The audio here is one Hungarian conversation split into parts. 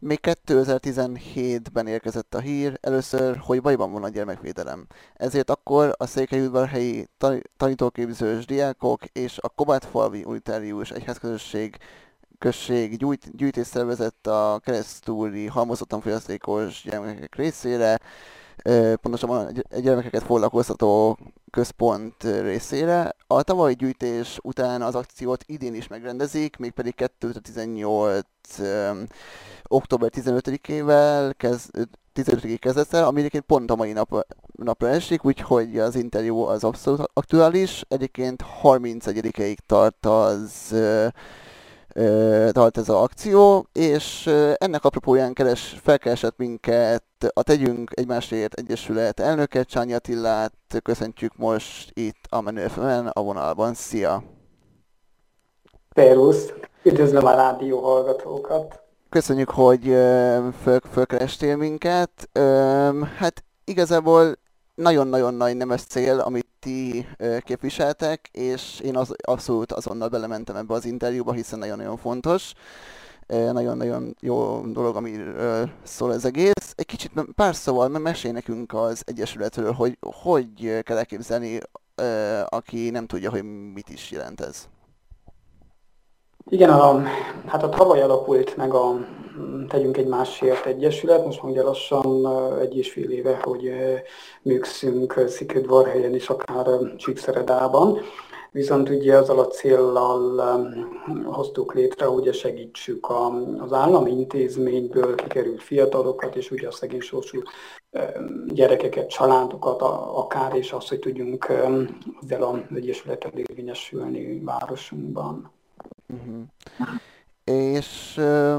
Még 2017-ben érkezett a hír először, hogy bajban van a gyermekvédelem. Ezért akkor a székelyudvarhelyi tanítóképzős diákok és a Kobátfalvi Unitárius község gyűjtést szervezett a keresztúri halmozottan fogyatékos gyermekek részére, pontosabban a gyermekeket foglalkoztató központ részére. A tavalyi gyűjtés után az akciót idén is megrendezik, mégpedig 2018. Október 15-ével 15-ig kezdett el, ami egyébként pont a mai napra esik, úgyhogy az interjú az abszolút aktuális. Egyébként 31-ig tart ez az akció, és ennek apropóján felkeresett minket a Tegyünk Egymásért Egyesület elnöke, Csányi Attilát. Köszöntjük most itt a Menő FM-en a vonalban. Szia! Szervusz! Üdvözlöm a rádió hallgatókat! Köszönjük, hogy fölkerestél minket. Hát igazából nagyon-nagyon nagy nemes cél, amit ti képviseltek, és én abszolút azonnal belementem ebbe az interjúba, hiszen nagyon-nagyon fontos. Nagyon-nagyon jó dolog, amiről szól ez egész. Egy kicsit pár szóval mesélj nekünk az Egyesületről, hogy kell elképzelni, aki nem tudja, hogy mit is jelent ez. Igen, hát a tavaly alakult meg a Tegyünk Egymásért Egyesület, most már ugye lassan 1,5 éve, hogy működünk Székelyudvarhelyen is, akár Csíkszeredában. Viszont ugye azzal a céllal hoztuk létre, hogy segítsük az állami intézményből kikerült fiatalokat, és ugye a szegénysorsú gyerekeket, családokat akár, és azt, hogy tudjunk ezzel az egyesülettel érvényesülni városunkban. Uh-huh. És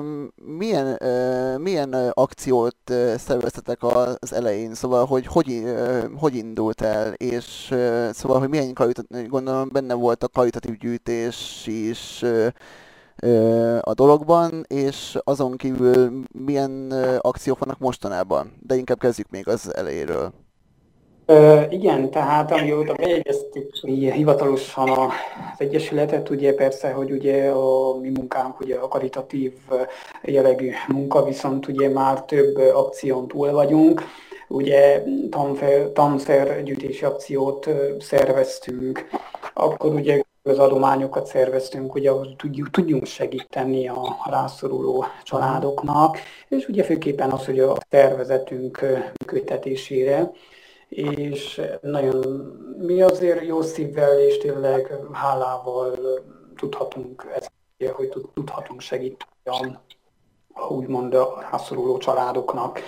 milyen akciót szerveztetek az elején? Szóval, hogy indult el? És szóval, hogy milyen gondolom benne volt a kvalitatív gyűjtés is a dologban, és azon kívül milyen akciók vannak mostanában? De inkább kezdjük még az elejéről. Igen, tehát amióta bejegyeztük hivatalosan az Egyesületet, ugye persze, hogy ugye a mi munkánk ugye a karitatív jellegű munka, viszont ugye már több akción túl vagyunk. Ugye tanszergyűjtési akciót szerveztünk, akkor ugye az adományokat szerveztünk, ugye hogy tudjunk segíteni a rászoruló családoknak, és ugye főképpen az, hogy a szervezetünk működtetésére. És nagyon mi azért jó szívvel és tényleg hálával tudhatunk hogy tudhatunk segíteni úgymond a rászoruló családoknak.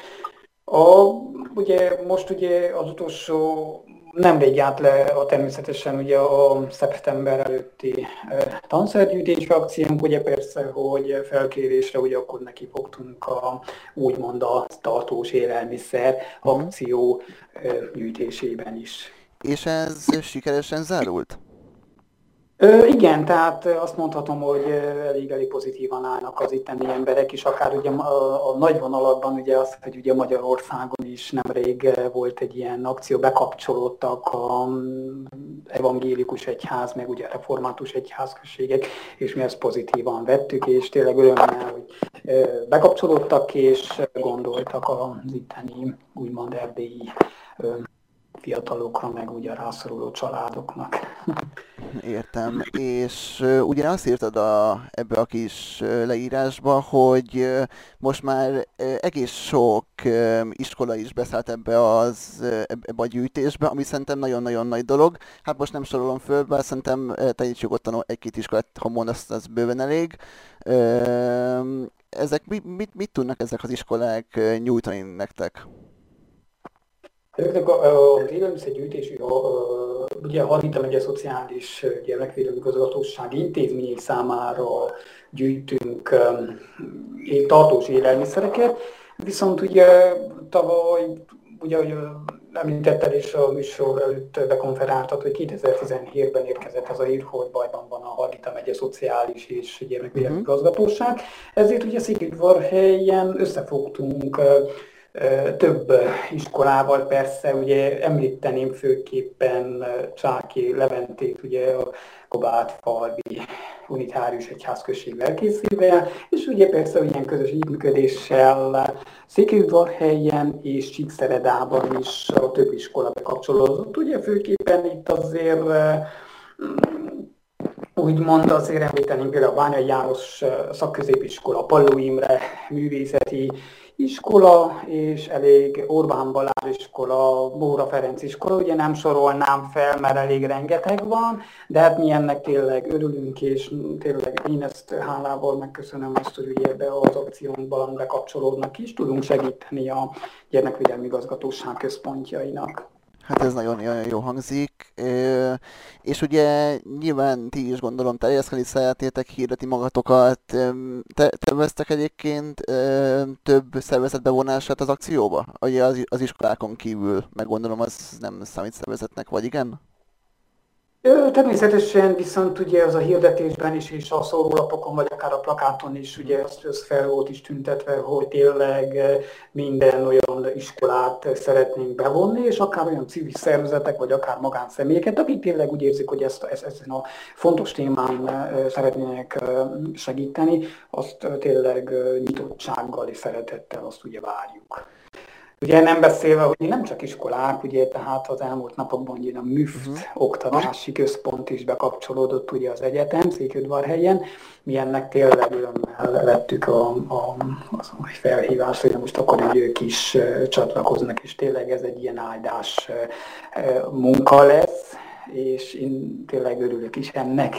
Ugye most ugye az utolsó nemrég járt le természetesen ugye a szeptember előtti tanszergyűjtési akciónk, ugye persze, hogy felkérésre ugye akkor neki fogtunk úgymond a tartós élelmiszer akció gyűjtésében is. És ez sikeresen zárult? Igen, tehát azt mondhatom, hogy elég pozitívan állnak az itteni emberek is, akár ugye a nagy vonalakban ugye az, hogy ugye Magyarországon is nemrég volt egy ilyen akció, bekapcsolódtak az evangélikus egyház, meg ugye a református egyházközségek, és mi ezt pozitívan vettük, és tényleg örömmel, hogy bekapcsolódtak és gondoltak az itteni úgymond erdélyi fiatalokra, meg ugye a rászoruló családoknak. Értem. És ugye azt írtad ebbe a kis leírásba, hogy most már egész sok iskola is beszállt ebbe a gyűjtésbe, ami szerintem nagyon-nagyon nagy dolog. Hát most nem sorolom föl, bár szerintem te is nyugodtan egy-két iskolát, ha mondasz, az bőven elég. Mit tudnak ezek az iskolák nyújtani nektek? Ezeknek az élelmiszergyűjtési, ugye a Hargita megye Szociális Gyermekvédelmi Közgatóság intézményei számára gyűjtünk tartós élelmiszereket, viszont ugye tavaly, ugye ahogy említetted és a műsor előtt bekonferáltad, hogy 2017-ben érkezett az a hír, hogy bajban van a Hargita megye Szociális és Gyermekvédelmi Közgatóság, ezért ugye Székelyudvarhelyen összefogtunk több iskolával persze, ugye említeném főképpen Csáki Leventét, ugye a Kobátfalvi Unitárius Egyházközség lelkészével, és ugye persze ilyen közös együttműködéssel Székelyudvarhelyen és Csíkszeredában is a több iskola bekapcsolódott. Ugye főképpen itt azért úgymond azért említeném például a Bányai János szakközépiskola, Palló Imre művészeti iskola, és elég Orbán Balázs iskola, Móra Ferenc iskola, ugye nem sorolnám fel, mert elég rengeteg van, de hát mi ennek tényleg örülünk, és tényleg én ezt hálával megköszönöm azt, hogy ugye ebbe az akciónkban bekapcsolódnak is, tudunk segíteni a Gyermekvédelmi Igazgatóság központjainak. Hát ez nagyon jó hangzik, és ugye nyilván ti is gondolom terjeszteni szeretnétek hirdetni magatokat. Terveztek egyébként több szervezet bevonását az akcióba? Ugye az iskolákon kívül, meg gondolom az nem számít szervezetnek, vagy igen? Természetesen viszont ugye az a hirdetésben is, és a szórólapokon, vagy akár a plakáton is, ugye az fel volt is tüntetve, hogy tényleg minden olyan iskolát szeretnénk bevonni, és akár olyan civil szervezetek, vagy akár magánszemélyeket, akik tényleg úgy érzik, hogy ezen a fontos témán szeretnének segíteni, azt tényleg nyitottsággal és szeretettel azt ugye várjuk. Ugye nem beszélve, hogy nem csak iskolák, ugye tehát az elmúlt napokban ugye a MÜFT oktatási központ is bekapcsolódott ugye az egyetem Székelyudvarhelyen. Mi ennek tényleg örömmel vettük a felhívást, hogy most akkor hogy ők is csatlakoznak, és tényleg ez egy ilyen áldás munka lesz, és én tényleg örülök is ennek.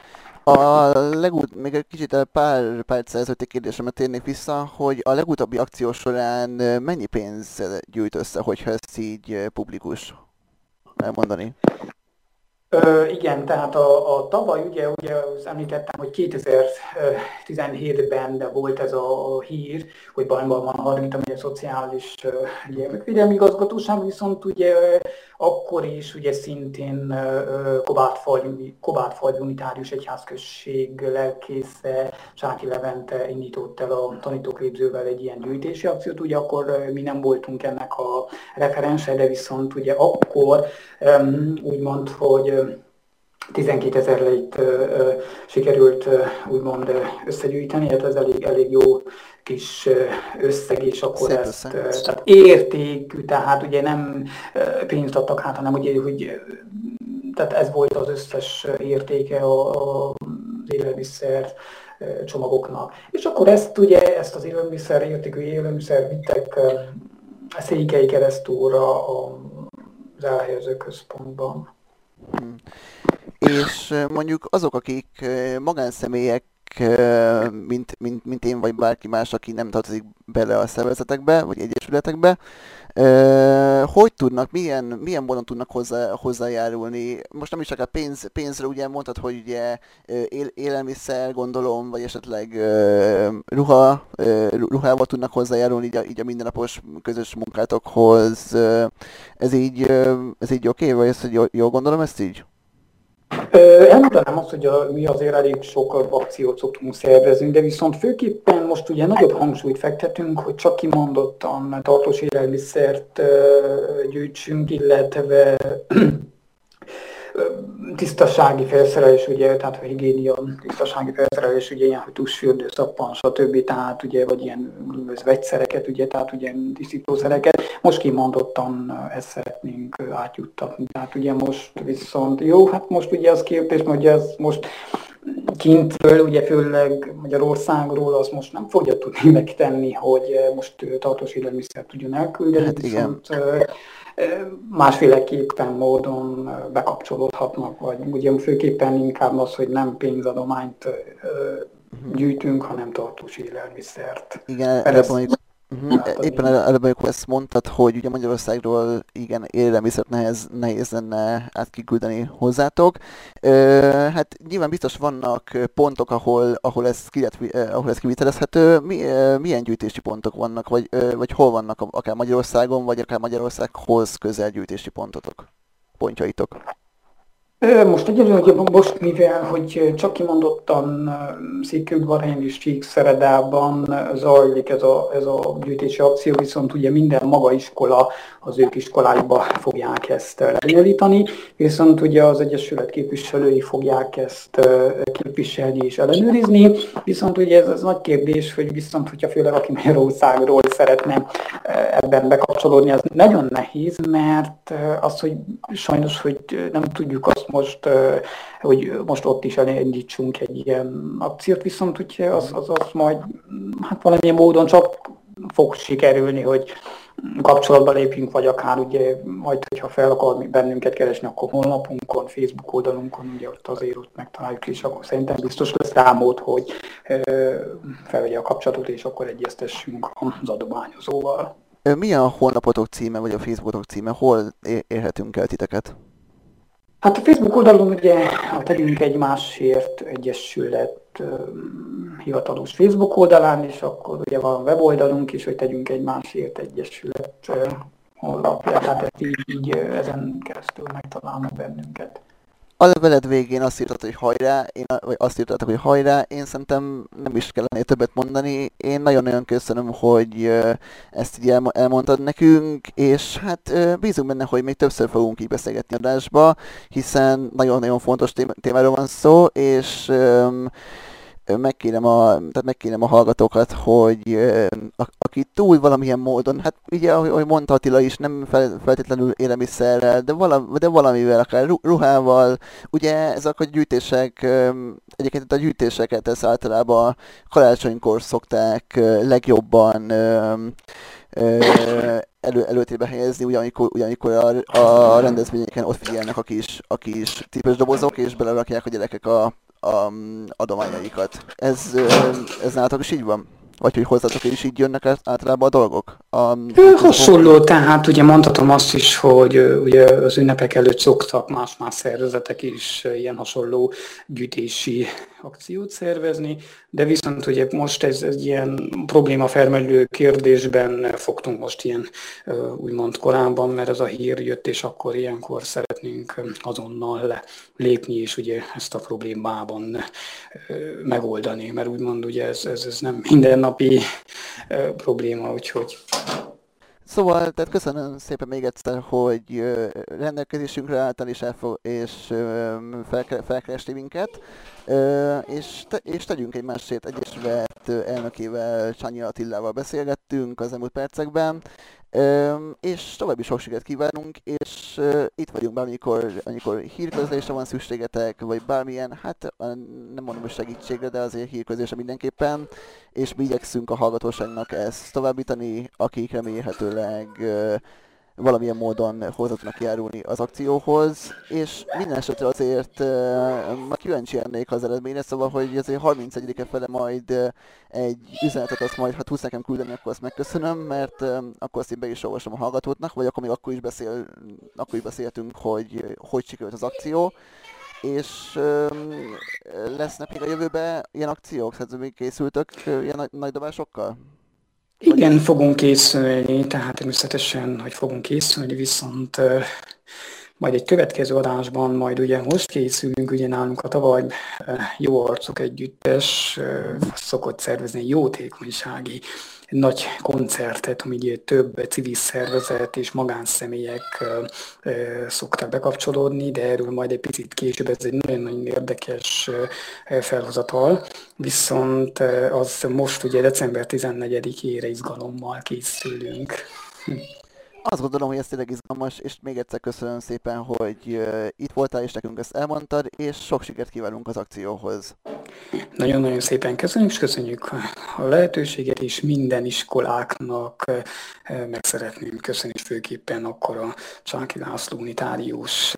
Még egy kicsit pár perccel ezelőtti kérdésemre térnék vissza, hogy a legutóbbi akció során mennyi pénz gyűjt össze, hogyha ezt így publikus elmondani? Igen, tehát a tavaly ugye azt említettem, hogy 2017-ben de volt ez a hír, hogy bajban van a Hargita megye szociális gyermekvédelmi igazgatóság, viszont ugye akkor is ugye szintén Kobátfalvi Unitárius Egyházközség lelkésze Csáki Levente indított el a tanítóképzővel egy ilyen gyűjtési akciót, ugye akkor mi nem voltunk ennek a referense, de viszont ugye akkor úgymond, hogy 12 000 lejt sikerült úgymond összegyűjteni, hát ez elég jó kis összeg, és akkor Szép ezt, összeg. tehát értékű, tehát ugye nem pénzt adtak hát, hanem ugye, hogy tehát ez volt az összes értéke az élelmiszer csomagoknak. És akkor ezt az értékű élelmiszer vittek Székely Keresztúra az elhelyező központban. És mondjuk azok, akik magánszemélyek, mint én vagy bárki más, aki nem tartozik bele a szervezetekbe, vagy egyesületekbe, hogy tudnak, milyen módon tudnak hozzájárulni? Most nem is csak a pénzre, ugye mondtad, hogy ugye élelmiszer, gondolom, vagy esetleg ruhával tudnak hozzájárulni így a mindennapos közös munkátokhoz. Ez így oké? Vagy ezt jól gondolom ezt így? Elmondanám azt, hogy mi azért elég sok akciót szoktunk szervezni, de viszont főképpen most ugye nagyobb hangsúlyt fektetünk, hogy csak kimondottan tartós élelmiszert gyűjtsünk, illetve tisztasági felszerelés, ugye, tehát a higiénia, tisztasági felszerelés, ugye ilyen, hogy tusfürdő, szappan, stb. Tehát ugye, vagy ilyen vegyszereket, ugye, tehát ugye tisztítószereket. Most kimondottan ezt szeretnénk átjuttatni. Tehát ugye most viszont, jó, hát most ugye az kérdés, hogy ez most kintről, ugye főleg Magyarországról, azt most nem fogja tudni megtenni, hogy most tartós élelmiszert tudjon elküldeni, Hát viszont másféleképpen módon bekapcsolódhatnak, vagy ugye főképpen inkább az, hogy nem pénzadományt gyűjtünk, hanem tartós élelmiszert. Igen, éppen előbb, amikor ezt mondtad, hogy ugye Magyarországról igen, élelmiszert nehéz lenne átkiküldeni hozzátok. Hát nyilván biztos vannak pontok, ahol ez kivitelezhető. Milyen gyűjtési pontok vannak, vagy hol vannak akár Magyarországon, vagy akár Magyarországhoz közel gyűjtési pontjaitok? Most egyelőre, hogy most mivel, hogy csak kimondottan Székelyudvarhelyen és Csíkszeredában zajlik ez a gyűjtési akció, viszont ugye minden maga iskola az ők iskolájukba fogják ezt lebonyolítani, viszont ugye az Egyesület képviselői fogják ezt képviselni és ellenőrizni, viszont ugye ez nagy kérdés, hogy viszont, hogyha főleg aki Magyarországról szeretne ebben bekapcsolódni, az nagyon nehéz, mert az, hogy sajnos, hogy nem tudjuk azt most, hogy most ott is elindítsunk egy ilyen akciót, viszont ugye az majd hát valamilyen módon csak fog sikerülni, hogy kapcsolatba lépjünk, vagy akár ugye majd, hogyha fel akar bennünket keresni, akkor honlapunkon, Facebook oldalunkon, ugye ott megtaláljuk, és akkor szerintem biztos lesz rámód, hogy felvegye a kapcsolatot, és akkor egyeztessünk az adományozóval. Mi a honlapotok címe, vagy a Facebookok címe? Hol érhetünk el titeket? Hát a Facebook oldalon ugye a Tegyünk Egymásért Egyesület hivatalos Facebook oldalán, és akkor ugye van weboldalunk is, hogy Tegyünk Egymásért Egyesület honlapja, tehát ezt így ezen keresztül megtalálnak bennünket. A leveled végén azt írtad, hogy hajrá, vagy azt írtatok, hogy hajrá, én szerintem nem is kellene többet mondani. Én nagyon-nagyon köszönöm, hogy ezt így elmondtad nekünk, és hát bízunk benne, hogy még többször fogunk így beszélgetni adásba, hiszen nagyon-nagyon fontos témáról van szó, és megkérem a hallgatókat, hogy aki túl valamilyen módon, hát ugye, ahogy mondta Attila is, nem feltétlenül élelmiszerrel, de valamivel, akár ruhával, ugye ezek a gyűjtések, egyébként a gyűjtéseket ez általában karácsonykor szokták legjobban előtérbe helyezni, ugyanikor a rendezvényeken ott figyelnek a kis cipős dobozok, és belerakják a gyerekek a adományaikat. Ez nálatok is így van? Vagy hogy hozzátok is így jönnek általában a dolgok? Hasonló, tehát ugye mondhatom azt is, hogy ugye az ünnepek előtt szoktak más-más szervezetek is ilyen hasonló gyűjtési akciót szervezni, de viszont ugye most ez egy ilyen probléma felmerülő kérdésben fogtunk most ilyen úgymond korábban, mert ez a hír jött, és akkor ilyenkor szeretnénk azonnal lépni, és ugye ezt a problémában megoldani, mert úgymond ugye ez nem mindennapi probléma, úgyhogy... Szóval, tehát köszönöm szépen még egyszer, hogy rendelkezésünkre álltál és felkeresti minket, és Tegyünk Egymásért Egyesület elnökével, Csányi Attillával beszélgettünk az elmúlt percekben, és további sok sikert kívánunk, és itt vagyunk bármikor, amikor hírközlésre van szükségetek, vagy bármilyen, hát nem mondom, hogy segítségre, de azért hírközlésre mindenképpen, és mi igyekszünk a hallgatóságnak ezt továbbítani, akik remélhetőleg valamilyen módon hozzá tudnak járulni az akcióhoz, és minden esetre azért már kíváncsi lennék az eredményre, szóval, hogy azért 31-e fele majd egy üzenetet, azt majd, ha tudsz nekem küldeni, akkor azt megköszönöm, mert akkor azt én be is olvasom a hallgatóknak, vagy akkor még akkor is beszéltünk, hogy sikerült az akció, és lesznek még a jövőben ilyen akciók, tehát még készültök ilyen nagy dobásokkal? Igen, fogunk készülni, tehát természetesen, hogy fogunk készülni, viszont majd egy következő adásban, majd ugye most készülünk, ugye nálunk a tavaly Jó Arcok Együttes szokott szervezni egy jótékonysági nagy koncertet, ami ugye több civil szervezet és magánszemélyek szoktak bekapcsolódni, de erről majd egy picit később, ez egy nagyon-nagyon érdekes felhozatal, viszont az most ugye december 14-ére izgalommal készülünk. Azt gondolom, hogy ez tényleg izgalmas, és még egyszer köszönöm szépen, hogy itt voltál, és nekünk ezt elmondtad, és sok sikert kívánunk az akcióhoz. Nagyon-nagyon szépen köszönjük, és köszönjük a lehetőséget, és minden iskoláknak meg szeretném köszönni, és főképpen akkor a Csáky László unitárius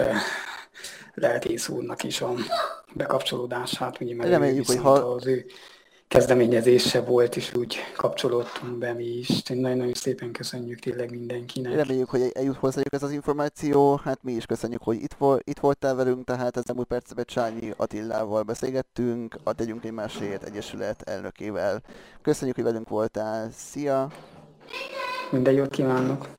lelkész úrnak is a bekapcsolódását, ugye, mert Reméljük, viszont hogy az ő kezdeményezése volt, és úgy kapcsolódtunk be mi is. Nagyon-nagyon szépen köszönjük tényleg mindenkinek. Reméljük, hogy eljut hozzájuk ez az információ, hát mi is köszönjük, hogy itt voltál velünk, tehát az elmúlt percben Csányi Attillával beszélgettünk, a Tegyünk Egymásért Egyesület elnökével. Köszönjük, hogy velünk voltál, szia! Minden jót kívánok!